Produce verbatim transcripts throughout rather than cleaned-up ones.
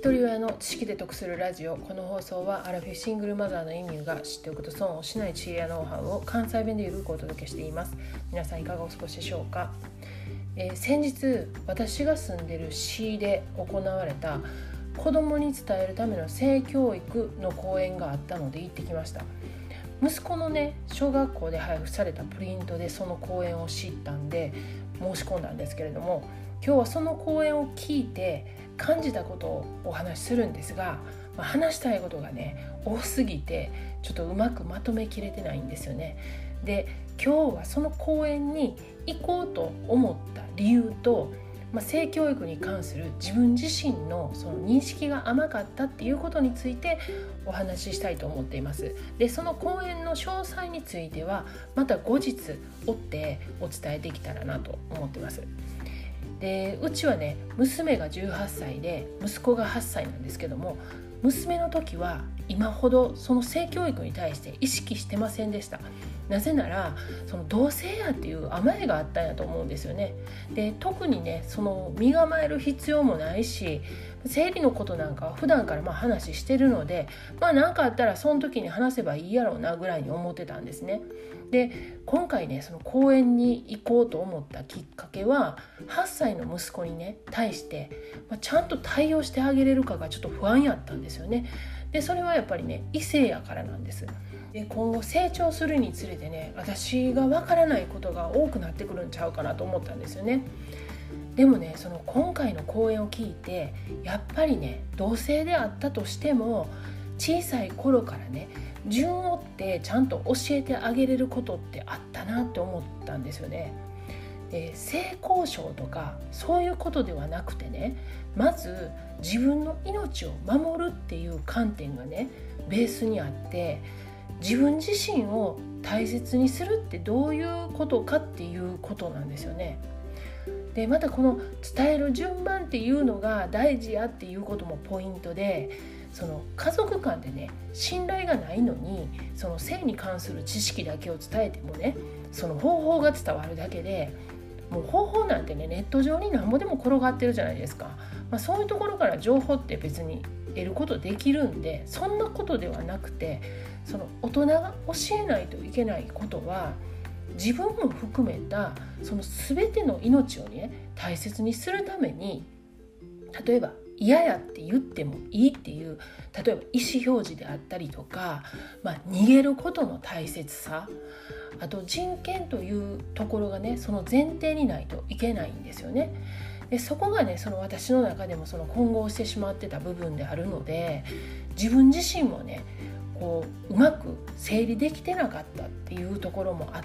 一人親の知識で得するラジオ。この放送はアラフィフシングルマザーのエミューが知っておくと損をしない知恵やノウハウを関西弁でゆるくお届けしています。皆さんいかがお過ごしでしょうか。えー、先日私が住んでる市で行われた子供に伝えるための性教育の講演があったので行ってきました。息子のね小学校で配布されたプリントでその講演を知ったんで申し込んだんですけれども、今日はその講演を聞いて感じたことをお話しするんですが、まあ、話したいことがね多すぎてちょっとうまくまとめきれてないんですよね。で、今日はその講演に行こうと思った理由と、まあ、性教育に関する自分自身のその認識が甘かったっていうことについてお話ししたいと思っています。で、その講演の詳細についてはまた後日追ってお伝えできたらなと思ってます。で、うちはね娘がじゅうはっさいで息子がはっさいなんですけども、娘の時は今ほどその性教育に対して意識してませんでした。なぜならその同性やっていう甘えがあったんやと思うんですよね。で、特にねその身構える必要もないし、生理のことなんかは普段からまあ話してるので、まあ何かあったらその時に話せばいいやろうなぐらいに思ってたんですね。で、今回ねその講演に行こうと思ったきっかけは、はっさいの息子にね対して、まあ、ちゃんと対応してあげれるかがちょっと不安やったんですよね。で、それはやっぱりね異性やからなんです。で、今後成長するにつれてね私がわからないことが多くなってくるんちゃうかなと思ったんですよね。でもねその今回の講演を聞いて、やっぱりね同性であったとしても小さい頃からね順を追ってちゃんと教えてあげれることってあったなって思ったんですよね。で、性交渉とかそういうことではなくてね、まず自分の命を守るっていう観点がねベースにあって、自分自身を大切にするってどういうことかっていうことなんですよね。で、またこの伝える順番っていうのが大事やっていうこともポイントで、その家族間でね信頼がないのにその性に関する知識だけを伝えてもね、その方法が伝わるだけで、もう方法なんてねネット上に何ぼでも転がってるじゃないですか。まあ、そういうところから情報って別に得ることできるんで、そんなことではなくて、その大人が教えないといけないことは、自分も含めたその全ての命をね大切にするために、例えば嫌やって言ってもいいっていう、例えば意思表示であったりとか、まあ、逃げることの大切さ、あと人権というところがねその前提にないといけないんですよね。で、そこがねその私の中でもその混合してしまってた部分であるので、自分自身もねこううまく整理できてなかったっていうところもあって、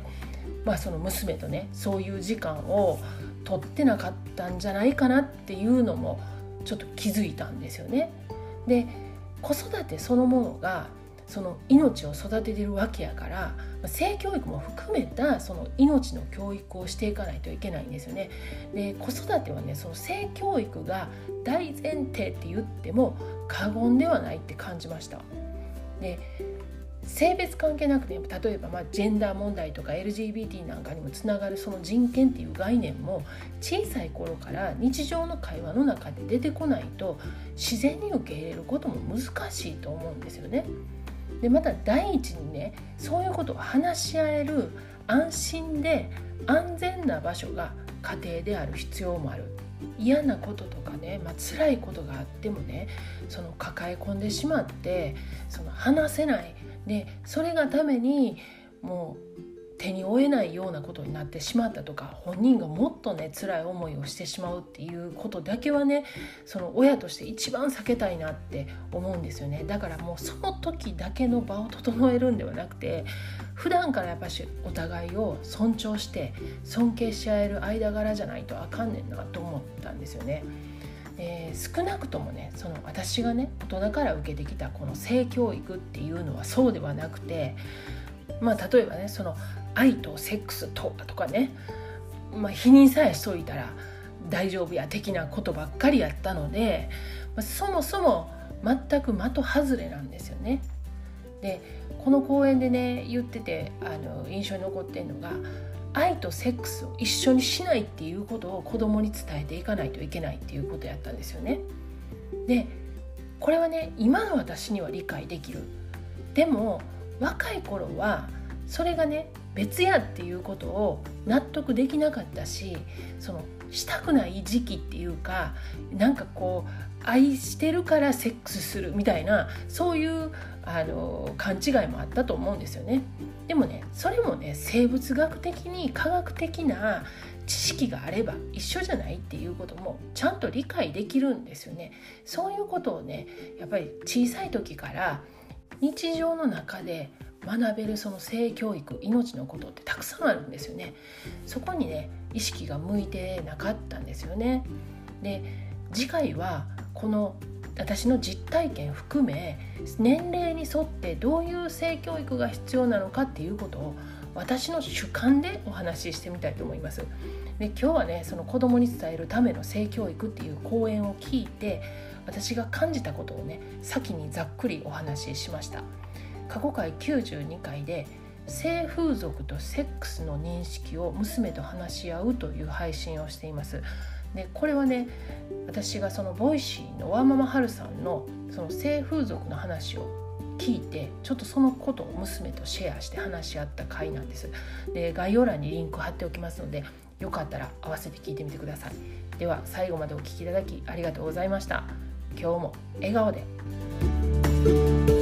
まあ、その娘とねそういう時間を取ってなかったんじゃないかなっていうのもちょっと気づいたんですよね。で、子育てそのものがその命を育ててるわけやから、性教育も含めたその命の教育をしていかないといけないんですよね。で、子育てはねその性教育が大前提って言っても過言ではないって感じました。で、性別関係なくて、ね、例えばまあジェンダー問題とか エルジービーティー なんかにもつながるその人権っていう概念も小さい頃から日常の会話の中で出てこないと自然に受け入れることも難しいと思うんですよね。で、また第一にねそういうことを話し合える安心で安全な場所が家庭である必要もある。嫌なこととかね、まあ、辛いことがあってもねその抱え込んでしまってその話せないで、それがためにもう手に負えないようなことになってしまったとか、本人がもっとね辛い思いをしてしまうっていうことだけはねその親として一番避けたいなって思うんですよね。だからもうその時だけの場を整えるんではなくて、普段からやっぱしお互いを尊重して尊敬し合える間柄じゃないとあかんねんなと思ったんですよね。えー、少なくともねその私がね大人から受けてきたこの性教育っていうのはそうではなくて、まあ例えばねその愛とセックスととかね、まあ、否認さえしといたら大丈夫や的なことばっかりやったので、まあ、そもそも全く的外れなんですよね。で、この講演でね言っててあの印象に残ってるのが、愛とセックスを一緒にしないっていうことを子供に伝えていかないといけないっていうことやったんですよね。 でこれはね今の私には理解できる。でも若い頃はそれがね別やっていうことを納得できなかったし、そのしたくない時期っていうか、なんかこう愛してるからセックスするみたいな、そういうあの勘違いもあったと思うんですよね。でもねそれもね生物学的に科学的な知識があれば一緒じゃないっていうこともちゃんと理解できるんですよね。そういうことをねやっぱり小さい時から日常の中で学べるその性教育、命のことってたくさんあるんですよね。そこにね意識が向いてなかったんですよね。で次回はこの私の実体験含め年齢に沿ってどういう性教育が必要なのかっていうことを私の主観でお話ししてみたいと思います。で今日はねその子供に伝えるための性教育っていう講演を聞いて、私が感じたことをね先にざっくりお話ししました。過去回きゅうじゅうにかいで性風俗とセックスの認識を娘と話し合うという配信をしています。でこれはね私がそのボイシーのワーママハルさんのその性風俗の話を聞いて、ちょっとそのことを娘とシェアして話し合った回なんです。で概要欄にリンク貼っておきますので、よかったら合わせて聞いてみてください。では最後までお聞きいただきありがとうございました。今日も笑顔で。